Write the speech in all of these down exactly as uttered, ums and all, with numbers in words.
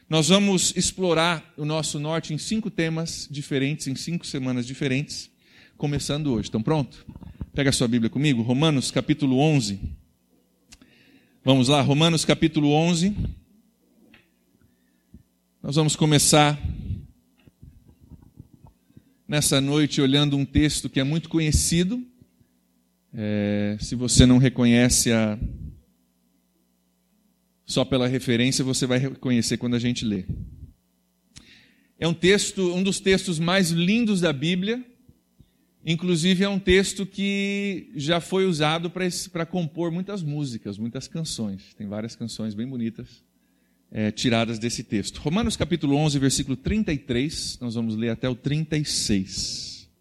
Nós vamos explorar o nosso norte em cinco temas diferentes, em cinco semanas diferentes, começando hoje. Estão prontos? Pega a sua Bíblia comigo, Romanos capítulo onze. Vamos lá, Romanos capítulo onze. Nós vamos começar nessa noite olhando um texto que é muito conhecido. É, se você não reconhece a... só pela referência, você vai reconhecer quando a gente lê. É um texto, um dos textos mais lindos da Bíblia. Inclusive é um texto que já foi usado para compor muitas músicas, muitas canções. Tem várias canções bem bonitas é, tiradas desse texto. Romanos capítulo onze, versículo trinta e três, nós vamos ler até o trinta e seis.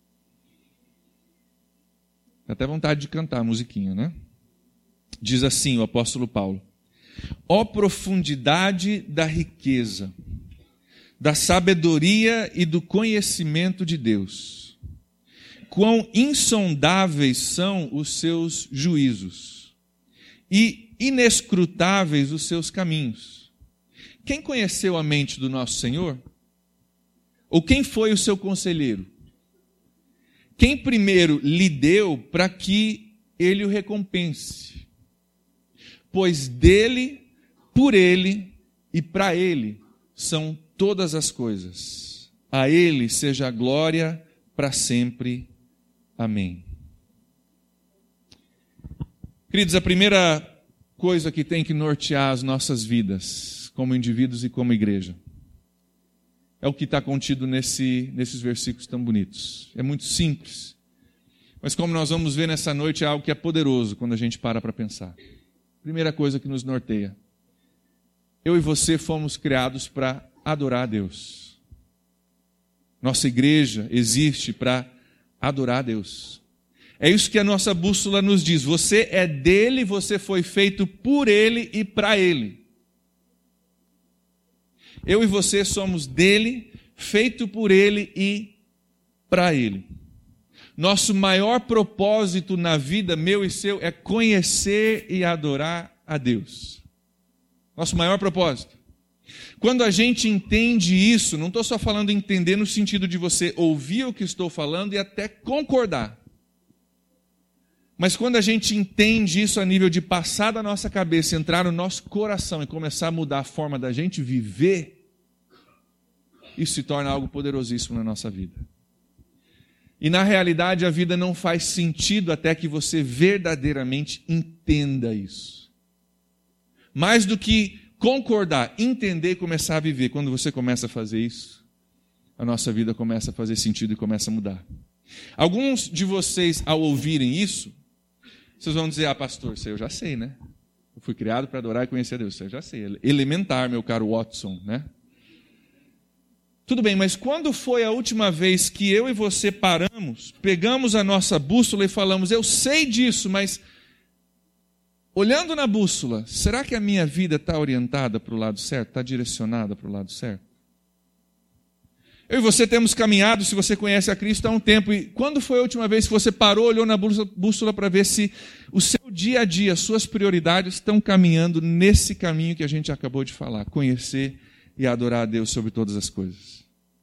Dá até vontade de cantar a musiquinha, né? Diz assim o apóstolo Paulo: ó profundidade da riqueza, da sabedoria e do conhecimento de Deus! Quão insondáveis são os seus juízos e inescrutáveis os seus caminhos. Quem conheceu a mente do nosso Senhor? Ou quem foi o seu conselheiro? Quem primeiro lhe deu para que ele o recompense? Pois dele, por ele e para ele são todas as coisas. A ele seja a glória para sempre. Amém. Queridos, a primeira coisa que tem que nortear as nossas vidas, como indivíduos e como igreja, é o que está contido nesse, nesses versículos tão bonitos. É muito simples, mas como nós vamos ver nessa noite, é algo que é poderoso quando a gente para para pensar. Primeira coisa que nos norteia: eu e você fomos criados para adorar a Deus. Nossa igreja existe para adorar a Deus. É isso que a nossa bússola nos diz. Você é dele, você foi feito por ele e para ele. Eu e você somos dele, feito por ele e para ele. Nosso maior propósito na vida, meu e seu, é conhecer e adorar a Deus. Nosso maior propósito. Quando a gente entende isso, não estou só falando entender no sentido de você ouvir o que estou falando e até concordar. Mas quando a gente entende isso a nível de passar da nossa cabeça, entrar no nosso coração e começar a mudar a forma da gente viver, isso se torna algo poderosíssimo na nossa vida. E na realidade a vida não faz sentido até que você verdadeiramente entenda isso. Mais do que concordar, entender e começar a viver. Quando você começa a fazer isso, a nossa vida começa a fazer sentido e começa a mudar. Alguns de vocês, ao ouvirem isso, vocês vão dizer: ah, pastor, isso aí eu já sei, né? Eu fui criado para adorar e conhecer a Deus. Isso eu já sei. Elementar, meu caro Watson, né? Tudo bem, mas quando foi a última vez que eu e você paramos, pegamos a nossa bússola e falamos: eu sei disso, mas... olhando na bússola, será que a minha vida está orientada para o lado certo? Está direcionada para o lado certo? Eu e você temos caminhado, se você conhece a Cristo, há um tempo. E quando foi a última vez que você parou, olhou na bússola para ver se o seu dia a dia, as suas prioridades estão caminhando nesse caminho que a gente acabou de falar? Conhecer e adorar a Deus sobre todas as coisas.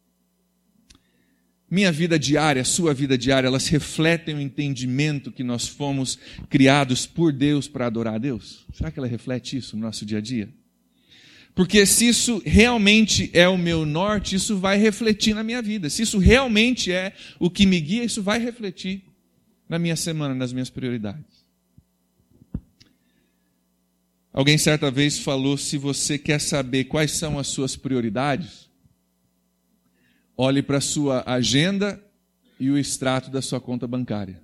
Minha vida diária, sua vida diária, elas refletem o entendimento que nós fomos criados por Deus para adorar a Deus? Será que ela reflete isso no nosso dia a dia? Porque se isso realmente é o meu norte, isso vai refletir na minha vida. Se isso realmente é o que me guia, isso vai refletir na minha semana, nas minhas prioridades. Alguém certa vez falou: se você quer saber quais são as suas prioridades, olhe para a sua agenda e o extrato da sua conta bancária.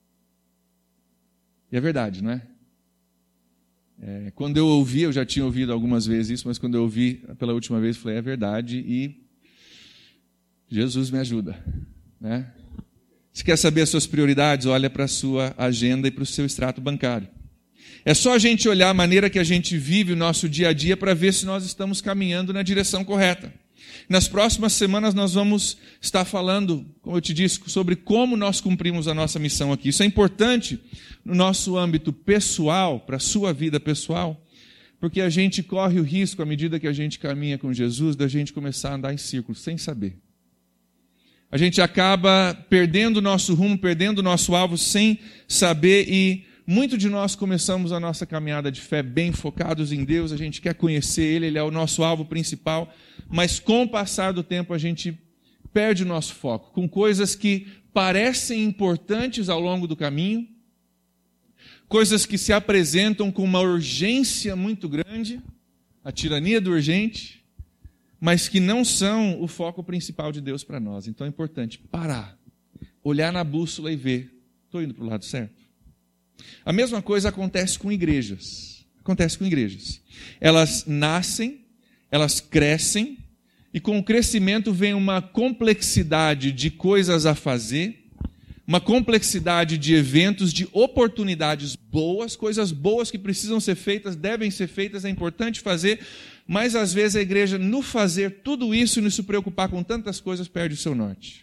E é verdade, não é? É, quando eu ouvi, eu já tinha ouvido algumas vezes isso, mas quando eu ouvi pela última vez, eu falei: é verdade e Jesus me ajuda, né? Se quer saber as suas prioridades, olha para a sua agenda e para o seu extrato bancário. É só a gente olhar a maneira que a gente vive o nosso dia a dia para ver se nós estamos caminhando na direção correta. Nas próximas semanas nós vamos estar falando, como eu te disse, sobre como nós cumprimos a nossa missão aqui. Isso é importante no nosso âmbito pessoal, para a sua vida pessoal, Porque a gente corre o risco, à medida que a gente caminha com Jesus, da gente começar a andar em círculos, sem saber. A gente acaba perdendo o nosso rumo, perdendo o nosso alvo, sem saber, e muito de nós começamos a nossa caminhada de fé bem focados em Deus, a gente quer conhecer Ele, Ele é o nosso alvo principal, mas com o passar do tempo a gente perde o nosso foco, com coisas que parecem importantes ao longo do caminho, coisas que se apresentam com uma urgência muito grande, a tirania do urgente, mas que não são o foco principal de Deus para nós. Então é importante parar, olhar na bússola e ver, estou indo para o lado certo? A mesma coisa acontece com igrejas. Acontece com igrejas. Elas nascem, elas crescem, e com o crescimento vem uma complexidade de coisas a fazer, uma complexidade de eventos, de oportunidades boas, coisas boas que precisam ser feitas, devem ser feitas, é importante fazer, mas às vezes a igreja, no fazer tudo isso e no se preocupar com tantas coisas, perde o seu norte.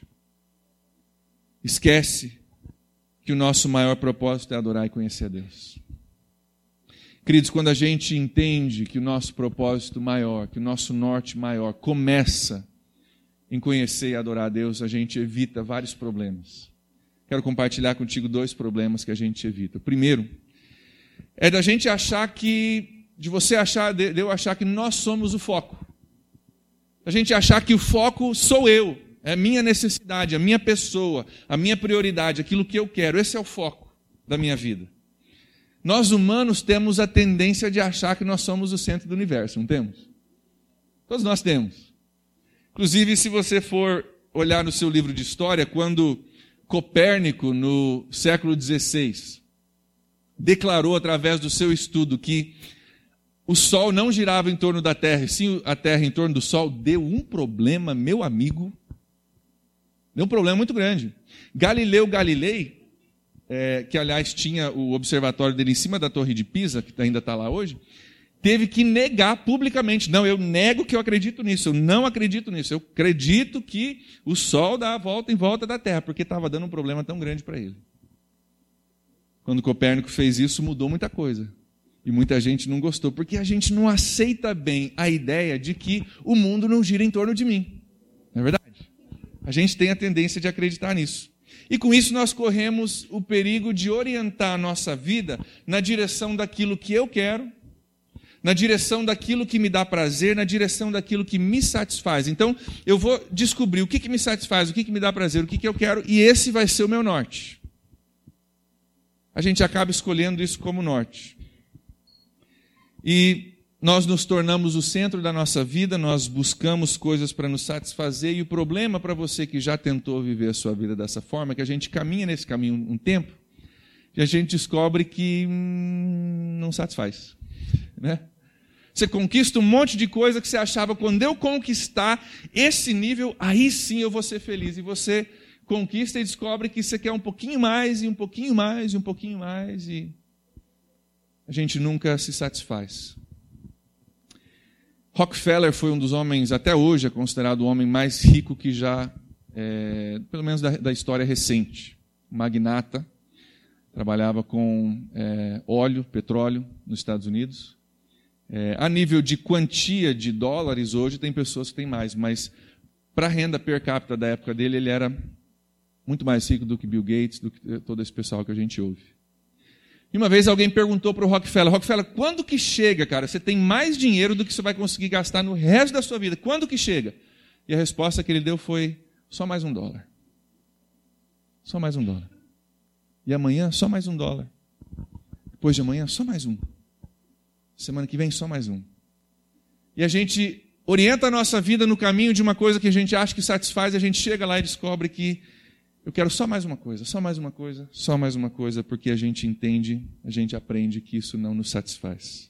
Esquece que o nosso maior propósito é adorar e conhecer a Deus. Queridos, quando a gente entende que o nosso propósito maior, que o nosso norte maior começa em conhecer e adorar a Deus, a gente evita vários problemas. Quero compartilhar contigo dois problemas que a gente evita. O primeiro é da gente achar que, de você achar, de eu achar que nós somos o foco. A gente achar que o foco sou eu. É a minha necessidade, a minha pessoa, a minha prioridade, aquilo que eu quero. Esse é o foco da minha vida. Nós humanos temos a tendência de achar que nós somos o centro do universo, não temos? Todos nós temos. Inclusive, se você for olhar no seu livro de história, quando Copérnico, no século dezesseis, declarou através do seu estudo que o Sol não girava em torno da Terra, e sim a Terra em torno do Sol, deu um problema, meu amigo. Deu um problema muito grande. Galileu Galilei, é, que aliás tinha o observatório dele em cima da Torre de Pisa, que ainda está lá hoje, teve que negar publicamente. Não, eu nego que eu acredito nisso, eu não acredito nisso. Eu acredito que o Sol dá a volta em volta da Terra, porque estava dando um problema tão grande para ele. Quando Copérnico fez isso, mudou muita coisa. E muita gente não gostou, porque a gente não aceita bem a ideia de que o mundo não gira em torno de mim. Não é verdade? A gente tem a tendência de acreditar nisso. E com isso nós corremos o perigo de orientar a nossa vida na direção daquilo que eu quero, na direção daquilo que me dá prazer, na direção daquilo que me satisfaz. Então, eu vou descobrir o que, que me satisfaz, o que, que me dá prazer, o que, que eu quero, e esse vai ser o meu norte. A gente acaba escolhendo isso como norte. E nós nos tornamos o centro da nossa vida, nós buscamos coisas para nos satisfazer, e o problema para você que já tentou viver a sua vida dessa forma é que a gente caminha nesse caminho um tempo e a gente descobre que hum, não satisfaz. Né? Você conquista um monte de coisa que você achava, quando eu conquistar esse nível, aí sim eu vou ser feliz. E você conquista e descobre que você quer um pouquinho mais, e um pouquinho mais, e um pouquinho mais, e a gente nunca se satisfaz. Rockefeller foi um dos homens, até hoje é considerado o homem mais rico que já, é, pelo menos da, da história recente. Magnata, trabalhava com é, óleo, petróleo nos Estados Unidos. É, a nível de quantia de dólares, hoje tem pessoas que têm mais, mas para a renda per capita da época dele, ele era muito mais rico do que Bill Gates, do que todo esse pessoal que a gente ouve. E uma vez alguém perguntou para o Rockefeller, Rockefeller, quando que chega, cara? Você tem mais dinheiro do que você vai conseguir gastar no resto da sua vida. Quando que chega? E a resposta que ele deu foi, só mais um dólar. Só mais um dólar. E amanhã, só mais um dólar. Depois de amanhã, só mais um. Semana que vem, só mais um. E a gente orienta a nossa vida no caminho de uma coisa que a gente acha que satisfaz, e a gente chega lá e descobre que eu quero só mais uma coisa, só mais uma coisa, só mais uma coisa, porque a gente entende, a gente aprende que isso não nos satisfaz.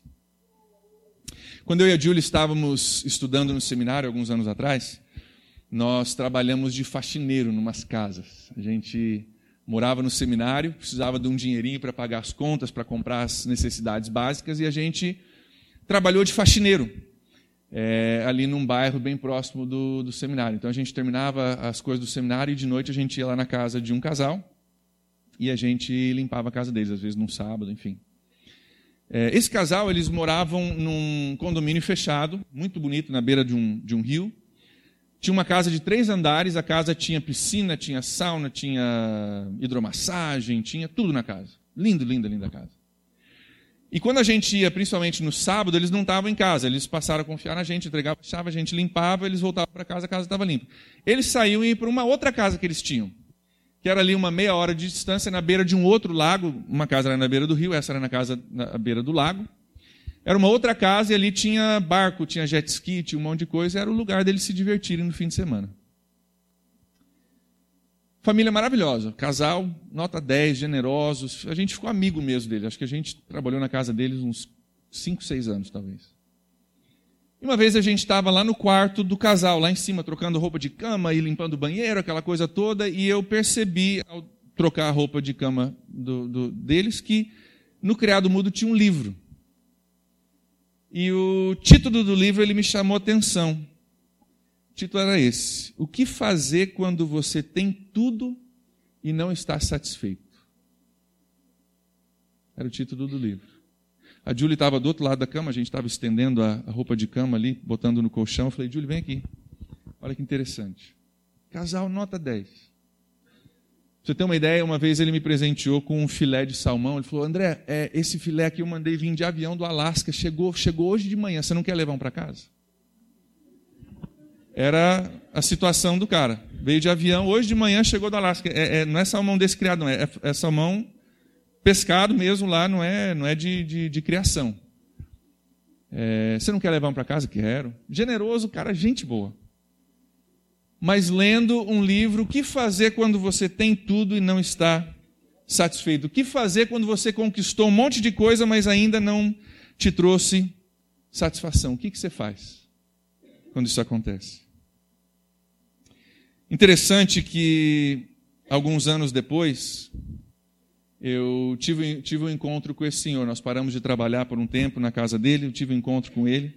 Quando eu e a Júlia estávamos estudando no seminário, alguns anos atrás, nós trabalhamos de faxineiro em umas casas. A gente morava no seminário, precisava de um dinheirinho para pagar as contas, para comprar as necessidades básicas, e a gente trabalhou de faxineiro. É, ali num bairro bem próximo do, do seminário. Então a gente terminava as coisas do seminário e de noite a gente ia lá na casa de um casal e a gente limpava a casa deles, às vezes num sábado, enfim. É, esse casal, eles moravam num condomínio fechado, muito bonito, na beira de um, de um rio. Tinha uma casa de três andares, a casa tinha piscina, tinha sauna, tinha hidromassagem, tinha tudo na casa. Lindo, linda, linda casa. E quando a gente ia, principalmente no sábado, eles não estavam em casa. Eles passaram a confiar na gente, entregavam a chave, a gente limpava, eles voltavam para casa, a casa estava limpa. Eles saíam e iam para uma outra casa que eles tinham, que era ali uma meia hora de distância, na beira de um outro lago. Uma casa era na beira do rio, essa era na casa na beira do lago. Era uma outra casa e ali tinha barco, tinha jet ski, tinha um monte de coisa. Era o lugar deles se divertirem no fim de semana. Família maravilhosa, casal, nota dez, generosos. A gente ficou amigo mesmo deles. Acho que a gente trabalhou na casa deles uns cinco, seis anos, talvez. E uma vez a gente estava lá no quarto do casal, lá em cima, trocando roupa de cama e limpando o banheiro, aquela coisa toda, e eu percebi, ao trocar a roupa de cama do, do, deles, que no criado mudo tinha um livro. E o título do livro ele me chamou a atenção. O título era esse: O que fazer quando você tem tudo e não está satisfeito? Era o título do livro. A Julie estava do outro lado da cama, a gente estava estendendo a, a roupa de cama ali, botando no colchão. Eu falei: Julie, vem aqui. Olha que interessante. Casal nota dez. Pra você ter uma ideia, uma vez ele me presenteou com um filé de salmão. Ele falou: André, é, esse filé aqui eu mandei vir de avião do Alasca. Chegou, chegou hoje de manhã. Você não quer levar um para casa? Era a situação do cara. Veio de avião, hoje de manhã chegou do Alasca. É, é, não é salmão desse criado, não. É, é, é salmão pescado mesmo lá, não é, não é de, de, de criação. É, você não quer levar um para casa? Quero. Generoso, cara, gente boa. Mas lendo um livro, o que fazer quando você tem tudo e não está satisfeito? O que fazer quando você conquistou um monte de coisa, mas ainda não te trouxe satisfação? O que, que você faz quando isso acontece? Interessante que, alguns anos depois, eu tive, tive um encontro com esse senhor. Nós paramos de trabalhar por um tempo na casa dele, eu tive um encontro com ele.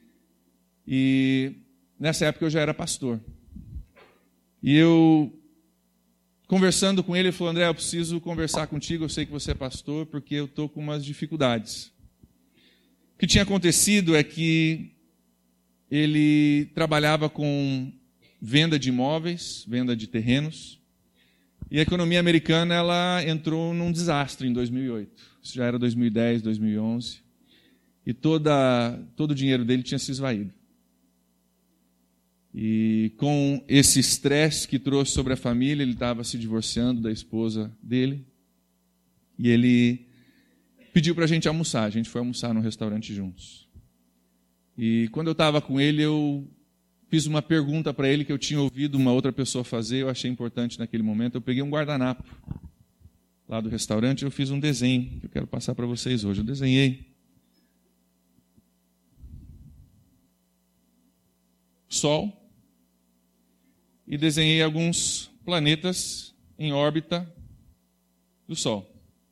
E nessa época eu já era pastor. E eu, conversando com ele, ele falou: André, eu preciso conversar contigo, eu sei que você é pastor, porque eu estou com umas dificuldades. O que tinha acontecido é que ele trabalhava com venda de imóveis, venda de terrenos, e a economia americana ela entrou num desastre em dois mil e oito. Isso já era dois mil e dez, dois mil e onze, e toda, todo o dinheiro dele tinha se esvaído. E com esse estresse que trouxe sobre a família, ele estava se divorciando da esposa dele. E ele pediu para a gente almoçar. A gente foi almoçar num restaurante juntos. E quando eu estava com ele, eu fiz uma pergunta para ele que eu tinha ouvido uma outra pessoa fazer. Eu achei importante naquele momento. Eu peguei um guardanapo lá do restaurante e eu fiz um desenho que eu quero passar para vocês hoje. Eu desenhei Sol e desenhei alguns planetas em órbita do Sol.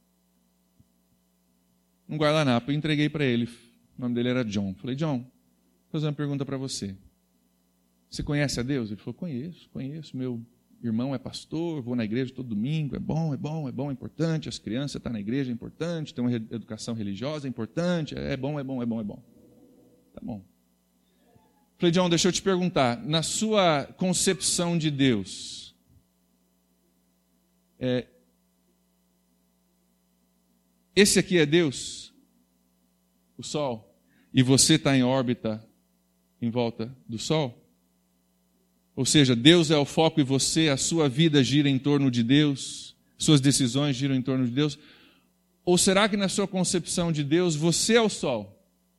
Um guardanapo, eu entreguei para ele. O nome dele era John. Falei: John, vou fazer uma pergunta para você. Você conhece a Deus? Ele falou: conheço, conheço. Meu irmão é pastor, vou na igreja todo domingo. É bom, é bom, é bom, é importante. As crianças estão na igreja, é importante. Ter uma educação religiosa é importante. É bom, é bom, é bom, é bom. Tá bom. Falei: John, deixa eu te perguntar, na sua concepção de Deus, é, esse aqui é Deus, o Sol, e você está em órbita em volta do Sol? Ou seja, Deus é o foco e você, a sua vida gira em torno de Deus, suas decisões giram em torno de Deus? Ou será que na sua concepção de Deus, você é o Sol?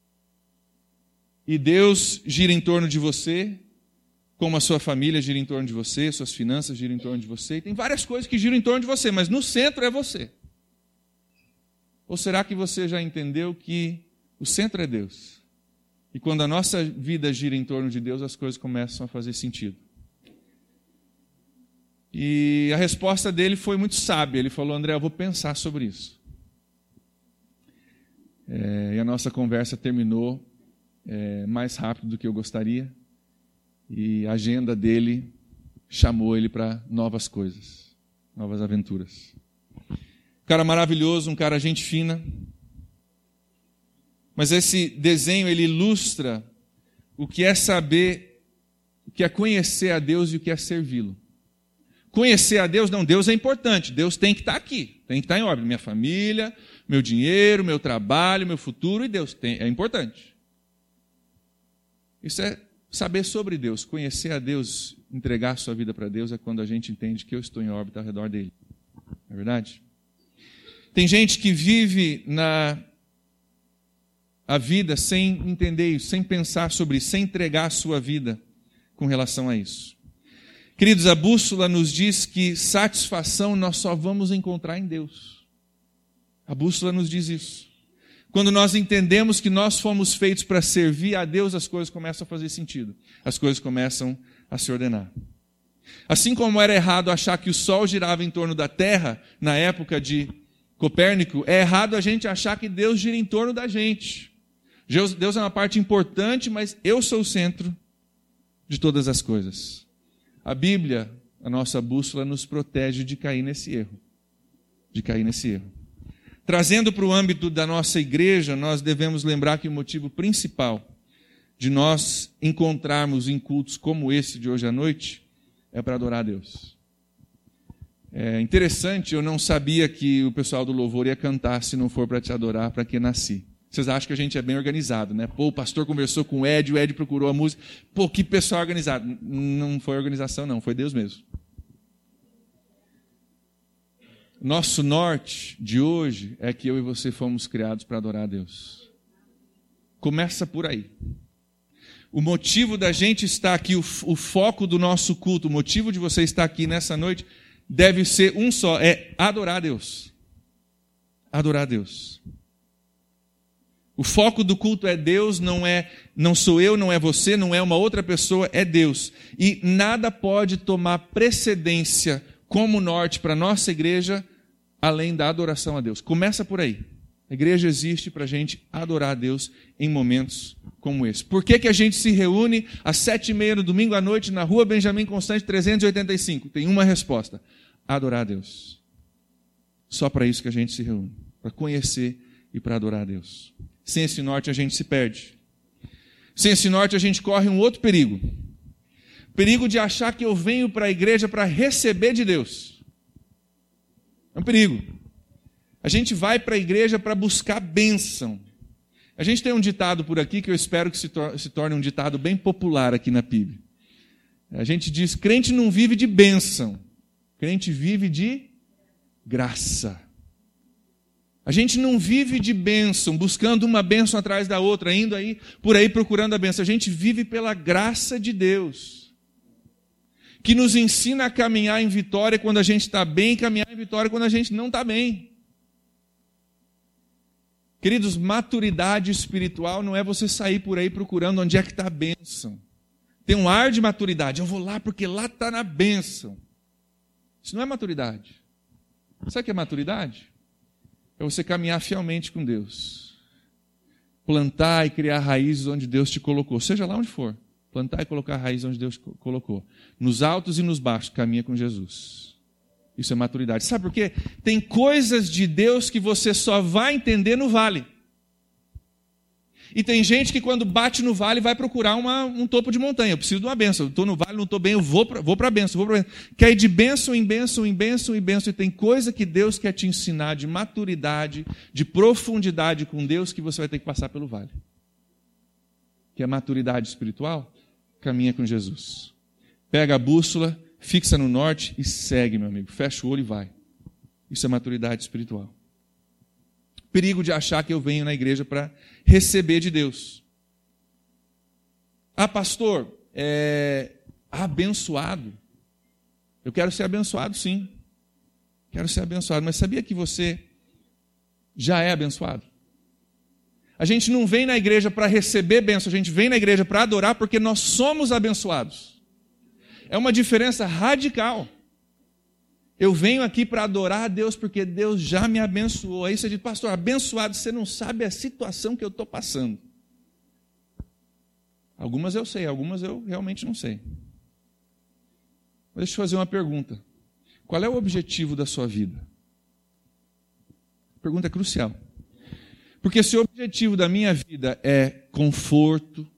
E Deus gira em torno de você, como a sua família gira em torno de você, suas finanças giram em torno de você. Tem várias coisas que giram em torno de você, mas no centro é você. Ou será que você já entendeu que o centro é Deus? E quando a nossa vida gira em torno de Deus, as coisas começam a fazer sentido. E a resposta dele foi muito sábia. Ele falou: André, eu vou pensar sobre isso. É, e a nossa conversa terminou É, mais rápido do que eu gostaria, e a agenda dele chamou ele para novas coisas, novas aventuras. Um cara maravilhoso, um cara gente fina, Mas esse desenho, ele ilustra o que é saber, o que é conhecer a Deus e o que é servi-lo. Conhecer a Deus, não, Deus é importante, Deus tem que estar aqui, tem que estar em ordem. Minha família, meu dinheiro, meu trabalho, meu futuro, e Deus tem, é importante. Isso é saber sobre Deus, conhecer a Deus, entregar a sua vida para Deus, é quando a gente entende que eu estou em órbita ao redor dele. Não é verdade? Tem gente que vive na a vida sem entender isso, sem pensar sobre isso, sem entregar a sua vida com relação a isso. Queridos, a bússola nos diz que satisfação nós só vamos encontrar em Deus. A bússola nos diz isso. Quando nós entendemos que nós fomos feitos para servir a Deus, as coisas começam a fazer sentido. As coisas começam a se ordenar. Assim como era errado achar que o Sol girava em torno da Terra, na época de Copérnico, é errado a gente achar que Deus gira em torno da gente. Deus é uma parte importante, mas eu sou o centro de todas as coisas. A Bíblia, a nossa bússola, nos protege de cair nesse erro. De cair nesse erro. Trazendo para o âmbito da nossa igreja, nós devemos lembrar que o motivo principal de nós encontrarmos em cultos como esse de hoje à noite é para adorar a Deus. É interessante, eu não sabia que o pessoal do louvor ia cantar se não for para te adorar, para que nasci. Vocês acham que a gente é bem organizado, né? Pô, o pastor conversou com o Ed, o Ed procurou a música. Pô, que pessoal organizado. Não foi organização, não, foi Deus mesmo. Nosso norte de hoje é que eu e você fomos criados para adorar a Deus. Começa por aí. O motivo da gente estar aqui, o, o foco do nosso culto, o motivo de você estar aqui nessa noite, deve ser um só, é adorar a Deus. Adorar a Deus. O foco do culto é Deus, não é, não sou eu, não é você, não é uma outra pessoa, é Deus. E nada pode tomar precedência como norte para a nossa igreja, além da adoração a Deus. Começa por aí. A igreja existe para a gente adorar a Deus em momentos como esse. Por que que a gente se reúne às sete e meia no domingo à noite na rua Benjamin Constant trezentos e oitenta e cinco? Tem uma resposta: adorar a Deus. Só para isso que a gente se reúne, para conhecer e para adorar a Deus. Sem esse norte a gente se perde. Sem esse norte a gente corre um outro perigo. Perigo de achar que eu venho para a igreja para receber de Deus. É um perigo. A gente vai para a igreja para buscar bênção. A gente tem um ditado por aqui que eu espero que se, tor- se torne um ditado bem popular aqui na P I B. A gente diz, crente não vive de bênção. Crente vive de graça. A gente não vive de bênção, buscando uma bênção atrás da outra, indo aí por aí procurando a bênção. A gente vive pela graça de Deus, que nos ensina a caminhar em vitória quando a gente está bem, e caminhar em vitória quando a gente não está bem. Queridos, maturidade espiritual não é você sair por aí procurando onde é que está a bênção. Tem um ar de maturidade, eu vou lá porque lá está na bênção. Isso não é maturidade. Sabe o que é maturidade? É você caminhar fielmente com Deus. Plantar e criar raízes onde Deus te colocou, seja lá onde for. Plantar e colocar raízes onde Deus colocou. Nos altos e nos baixos, caminha com Jesus. Isso é maturidade. Sabe por quê? Tem coisas de Deus que você só vai entender no vale. E tem gente que quando bate no vale vai procurar uma, um topo de montanha. Eu preciso de uma bênção. Eu estou no vale, não estou bem, eu vou para vou a bênção. Vou pra bênção. Quer ir de bênção em bênção, em bênção, em bênção. E tem coisa que Deus quer te ensinar de maturidade, de profundidade com Deus, que você vai ter que passar pelo vale. Que é maturidade espiritual? Caminha com Jesus. Pega a bússola, fixa no norte e segue, meu amigo. Fecha o olho e vai. Isso é maturidade espiritual. Perigo de achar que eu venho na igreja para receber de Deus. Ah, pastor, é abençoado. Eu quero ser abençoado, sim. Quero ser abençoado. Mas sabia que você já é abençoado? A gente não vem na igreja para receber bênção, a gente vem na igreja para adorar porque nós somos abençoados. É uma diferença radical. Eu venho aqui para adorar a Deus porque Deus já me abençoou. Aí você diz, pastor, abençoado, você não sabe a situação que eu estou passando. Algumas eu sei, algumas eu realmente não sei. Mas deixa eu fazer uma pergunta. Qual é o objetivo da sua vida? A pergunta é crucial. Porque se o objetivo da minha vida é conforto,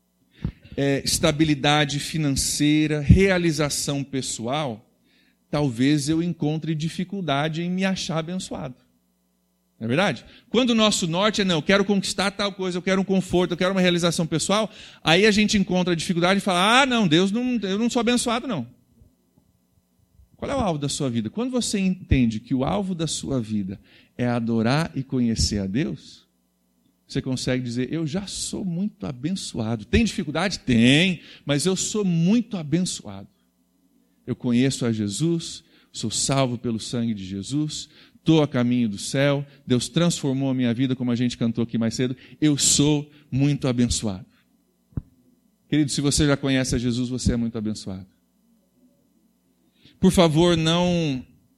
é estabilidade financeira, realização pessoal, talvez eu encontre dificuldade em me achar abençoado. Não é verdade? Quando o nosso norte é, não, eu quero conquistar tal coisa, eu quero um conforto, eu quero uma realização pessoal, aí a gente encontra dificuldade e fala, ah, não, Deus, não, eu não sou abençoado, não. Qual é o alvo da sua vida? Quando você entende que o alvo da sua vida é adorar e conhecer a Deus, você consegue dizer, eu já sou muito abençoado. Tem dificuldade? Tem, mas eu sou muito abençoado. Eu conheço a Jesus, sou salvo pelo sangue de Jesus, estou a caminho do céu, Deus transformou a minha vida, como a gente cantou aqui mais cedo, eu sou muito abençoado. Querido, se você já conhece a Jesus, você é muito abençoado. Por favor, não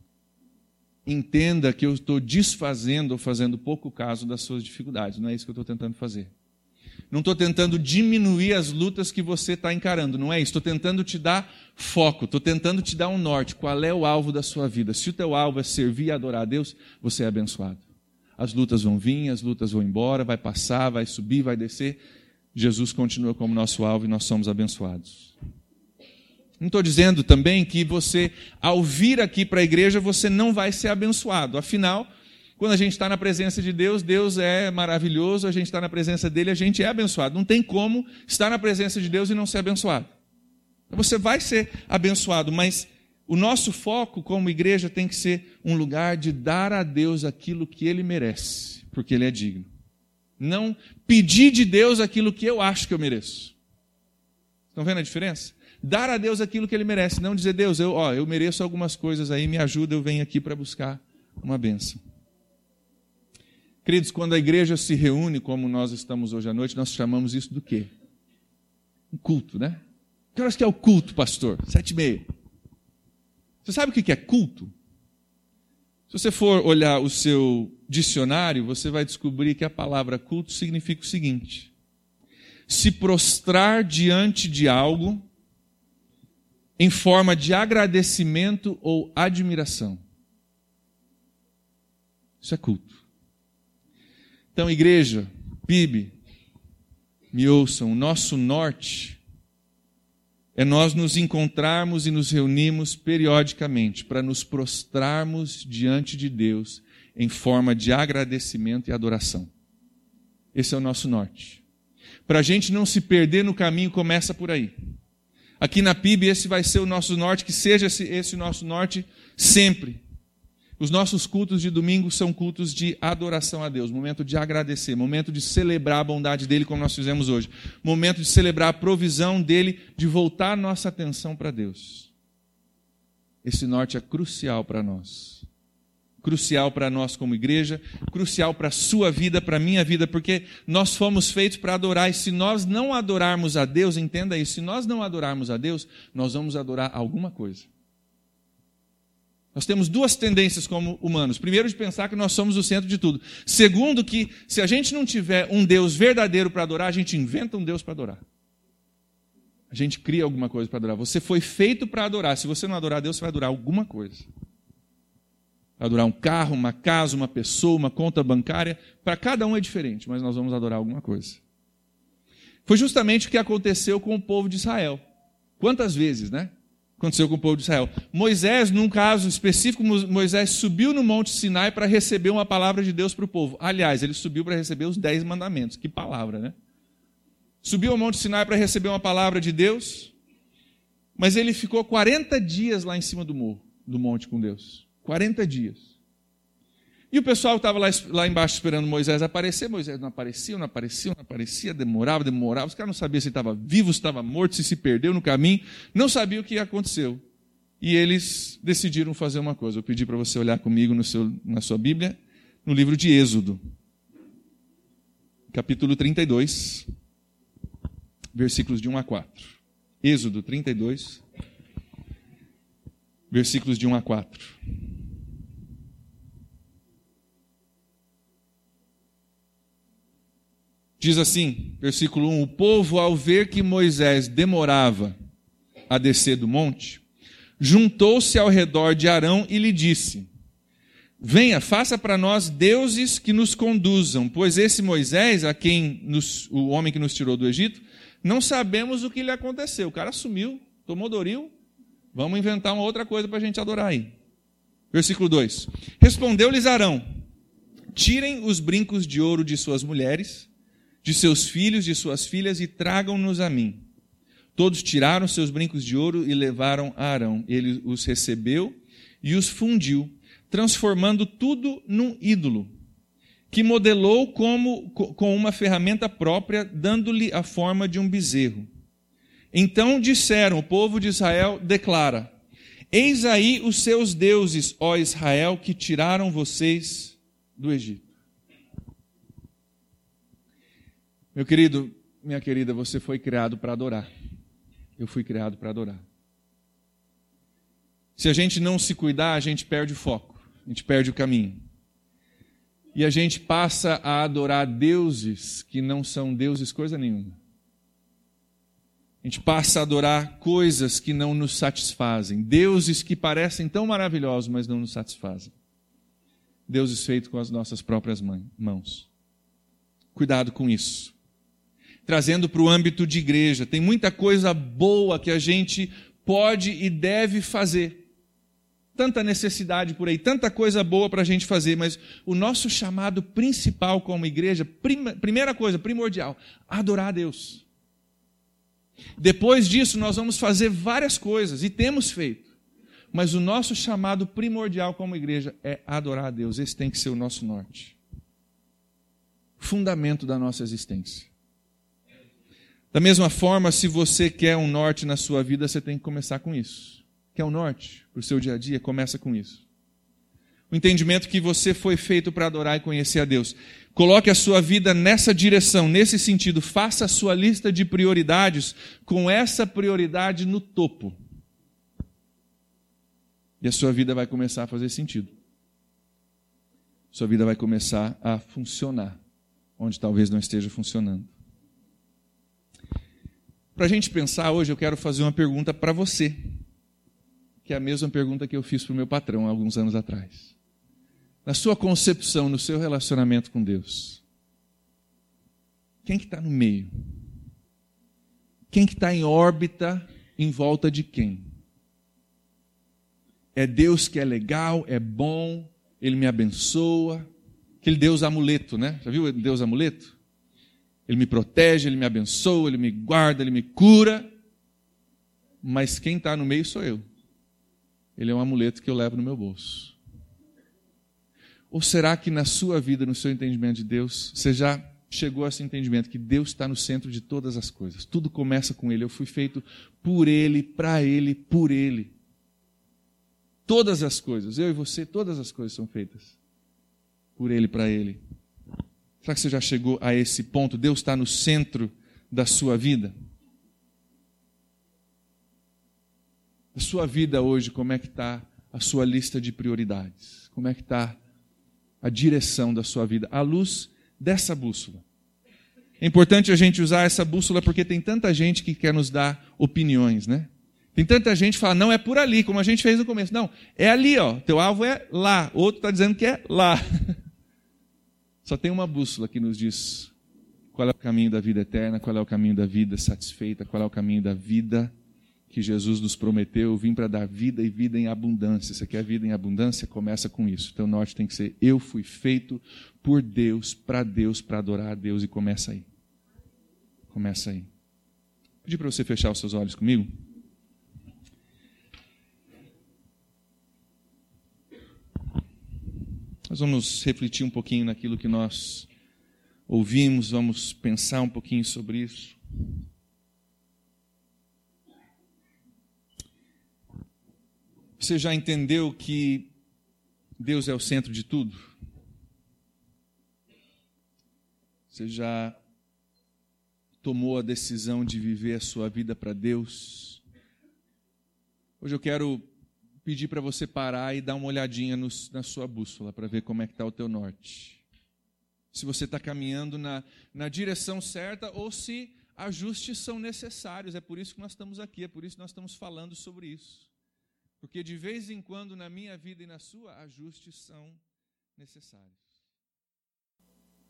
entenda que eu estou desfazendo ou fazendo pouco caso das suas dificuldades. Não é isso que eu estou tentando fazer. Não estou tentando diminuir as lutas que você está encarando. Não é isso. Estou tentando te dar foco. Estou tentando te dar um norte. Qual é o alvo da sua vida? Se o teu alvo é servir e adorar a Deus, você é abençoado. As lutas vão vir, as lutas vão embora, vai passar, vai subir, vai descer. Jesus continua como nosso alvo e nós somos abençoados. Não estou dizendo também que você, ao vir aqui para a igreja, você não vai ser abençoado. Afinal, quando a gente está na presença de Deus, Deus é maravilhoso, a gente está na presença dele, a gente é abençoado. Não tem como estar na presença de Deus e não ser abençoado. Então, você vai ser abençoado, mas o nosso foco como igreja tem que ser um lugar de dar a Deus aquilo que ele merece, porque ele é digno. Não pedir de Deus aquilo que eu acho que eu mereço. Estão vendo a diferença? Dar a Deus aquilo que ele merece, não dizer, Deus, eu, ó, eu mereço algumas coisas aí, me ajuda, eu venho aqui para buscar uma bênção. Queridos, quando a igreja se reúne, como nós estamos hoje à noite, nós chamamos isso do quê? Um culto, né? Que horas que é o culto, pastor? Sete e meia. Você sabe o que é culto? Se você for olhar o seu dicionário, você vai descobrir que a palavra culto significa o seguinte: se prostrar diante de algo em forma de agradecimento ou admiração. Isso é culto. Então, igreja, P I B, me ouçam, o nosso norte é nós nos encontrarmos e nos reunirmos periodicamente para nos prostrarmos diante de Deus em forma de agradecimento e adoração. Esse é o nosso norte. Para a gente não se perder no caminho, começa por aí. Aqui na P I B, esse vai ser o nosso norte, que seja esse, esse o nosso norte sempre. Os nossos cultos de domingo são cultos de adoração a Deus, momento de agradecer, momento de celebrar a bondade dele, como nós fizemos hoje, momento de celebrar a provisão dele, de voltar nossa atenção para Deus. Esse norte é crucial para nós. Crucial para nós como igreja, crucial para a sua vida, para a minha vida, porque nós fomos feitos para adorar, e se nós não adorarmos a Deus, entenda isso, se nós não adorarmos a Deus, nós vamos adorar alguma coisa. Nós temos duas tendências como humanos. Primeiro, de pensar que nós somos o centro de tudo. Segundo, que se a gente não tiver um Deus verdadeiro para adorar, a gente inventa um Deus para adorar. A gente cria alguma coisa para adorar. Você foi feito para adorar. Se você não adorar a Deus, você vai adorar alguma coisa. Vai adorar um carro, uma casa, uma pessoa, uma conta bancária. Para cada um é diferente, mas nós vamos adorar alguma coisa. Foi justamente o que aconteceu com o povo de Israel. Quantas vezes, né? Aconteceu com o povo de Israel. Moisés, num caso específico, Moisés subiu no Monte Sinai para receber uma palavra de Deus para o povo. Aliás, ele subiu para receber os dez mandamentos. Que palavra, né? Subiu ao Monte Sinai para receber uma palavra de Deus, mas ele ficou quarenta dias lá em cima do morro, do monte com Deus. quarenta dias. E o pessoal estava lá, lá embaixo esperando Moisés aparecer. Moisés não aparecia, não aparecia, não aparecia, demorava, demorava. Os caras não sabiam se ele estava vivo, se estava morto, se se perdeu no caminho. Não sabiam o que aconteceu. E eles decidiram fazer uma coisa. Eu pedi para você olhar comigo no seu, na sua Bíblia, no livro de Êxodo, capítulo trinta e dois, versículos de um a quatro. Êxodo trinta e dois, versículos de um a quatro. Diz assim, versículo um: o povo, ao ver que Moisés demorava a descer do monte, juntou-se ao redor de Arão e lhe disse: venha, faça para nós deuses que nos conduzam, pois esse Moisés, a quem nos, o homem que nos tirou do Egito, não sabemos o que lhe aconteceu. O cara sumiu, tomou Doril, vamos inventar uma outra coisa para a gente adorar aí. Versículo dois. Respondeu-lhes Arão: tirem os brincos de ouro de suas mulheres, de seus filhos, de suas filhas, e tragam-nos a mim. Todos tiraram seus brincos de ouro e levaram a Arão. Ele os recebeu e os fundiu, transformando tudo num ídolo, que modelou como, com uma ferramenta própria, dando-lhe a forma de um bezerro. Então disseram, o povo de Israel declara: eis aí os seus deuses, ó Israel, que tiraram vocês do Egito. Meu querido, minha querida, você foi criado para adorar. Eu fui criado para adorar. Se a gente não se cuidar, a gente perde o foco, a gente perde o caminho. E a gente passa a adorar deuses que não são deuses coisa nenhuma. A gente passa a adorar coisas que não nos satisfazem. Deuses que parecem tão maravilhosos, mas não nos satisfazem. Deuses feitos com as nossas próprias mãos. Cuidado com isso. Trazendo para o âmbito de igreja, tem muita coisa boa que a gente pode e deve fazer. Tanta necessidade por aí, tanta coisa boa para a gente fazer, mas o nosso chamado principal como igreja, prima, primeira coisa, primordial, adorar a Deus. Depois disso, nós vamos fazer várias coisas, e temos feito, mas o nosso chamado primordial como igreja é adorar a Deus. Esse tem que ser o nosso norte. Fundamento da nossa existência. Da mesma forma, se você quer um norte na sua vida, você tem que começar com isso. Quer um norte para o seu dia a dia? Começa com isso. O entendimento que você foi feito para adorar e conhecer a Deus. Coloque a sua vida nessa direção, nesse sentido. Faça a sua lista de prioridades com essa prioridade no topo. E a sua vida vai começar a fazer sentido. Sua vida vai começar a funcionar, onde talvez não esteja funcionando. Para a gente pensar hoje, eu quero fazer uma pergunta para você, que é a mesma pergunta que eu fiz para o meu patrão há alguns anos atrás. Na sua concepção, no seu relacionamento com Deus, quem que está no meio? Quem que está em órbita em volta de quem? É Deus que é legal, é bom, Ele me abençoa. Aquele Deus amuleto, né? Já viu o Deus amuleto? Ele me protege, Ele me abençoa, Ele me guarda, Ele me cura. Mas quem está no meio sou eu. Ele é um amuleto que eu levo no meu bolso. Ou será que na sua vida, no seu entendimento de Deus, você já chegou a esse entendimento que Deus está no centro de todas as coisas? Tudo começa com Ele. Eu fui feito por Ele, para Ele, por Ele. Todas as coisas, eu e você, todas as coisas são feitas por Ele, para Ele. Será que você já chegou a esse ponto? Deus está no centro da sua vida? A sua vida hoje, como é que está a sua lista de prioridades? Como é que está a direção da sua vida? À luz dessa bússola. É importante a gente usar essa bússola porque tem tanta gente que quer nos dar opiniões, né? Tem tanta gente que fala, não, é por ali, como a gente fez no começo. Não, é ali, ó, teu alvo é lá. Outro está dizendo que é lá. Só tem uma bússola que nos diz qual é o caminho da vida eterna, qual é o caminho da vida satisfeita, qual é o caminho da vida que Jesus nos prometeu. Eu vim para dar vida e vida em abundância. Você quer vida em abundância? Começa com isso. Teu norte tem que ser, eu fui feito por Deus, para Deus, para adorar a Deus. E começa aí. Começa aí. Vou pedir para você fechar os seus olhos comigo. Nós vamos refletir um pouquinho naquilo que nós ouvimos, vamos pensar um pouquinho sobre isso. Você já entendeu que Deus é o centro de tudo? Você já tomou a decisão de viver a sua vida para Deus? Hoje eu quero pedir para você parar e dar uma olhadinha no, na sua bússola para ver como é que está o teu norte. Se você está caminhando na, na direção certa ou se ajustes são necessários. É por isso que nós estamos aqui, é por isso que nós estamos falando sobre isso. Porque de vez em quando na minha vida e na sua, ajustes são necessários.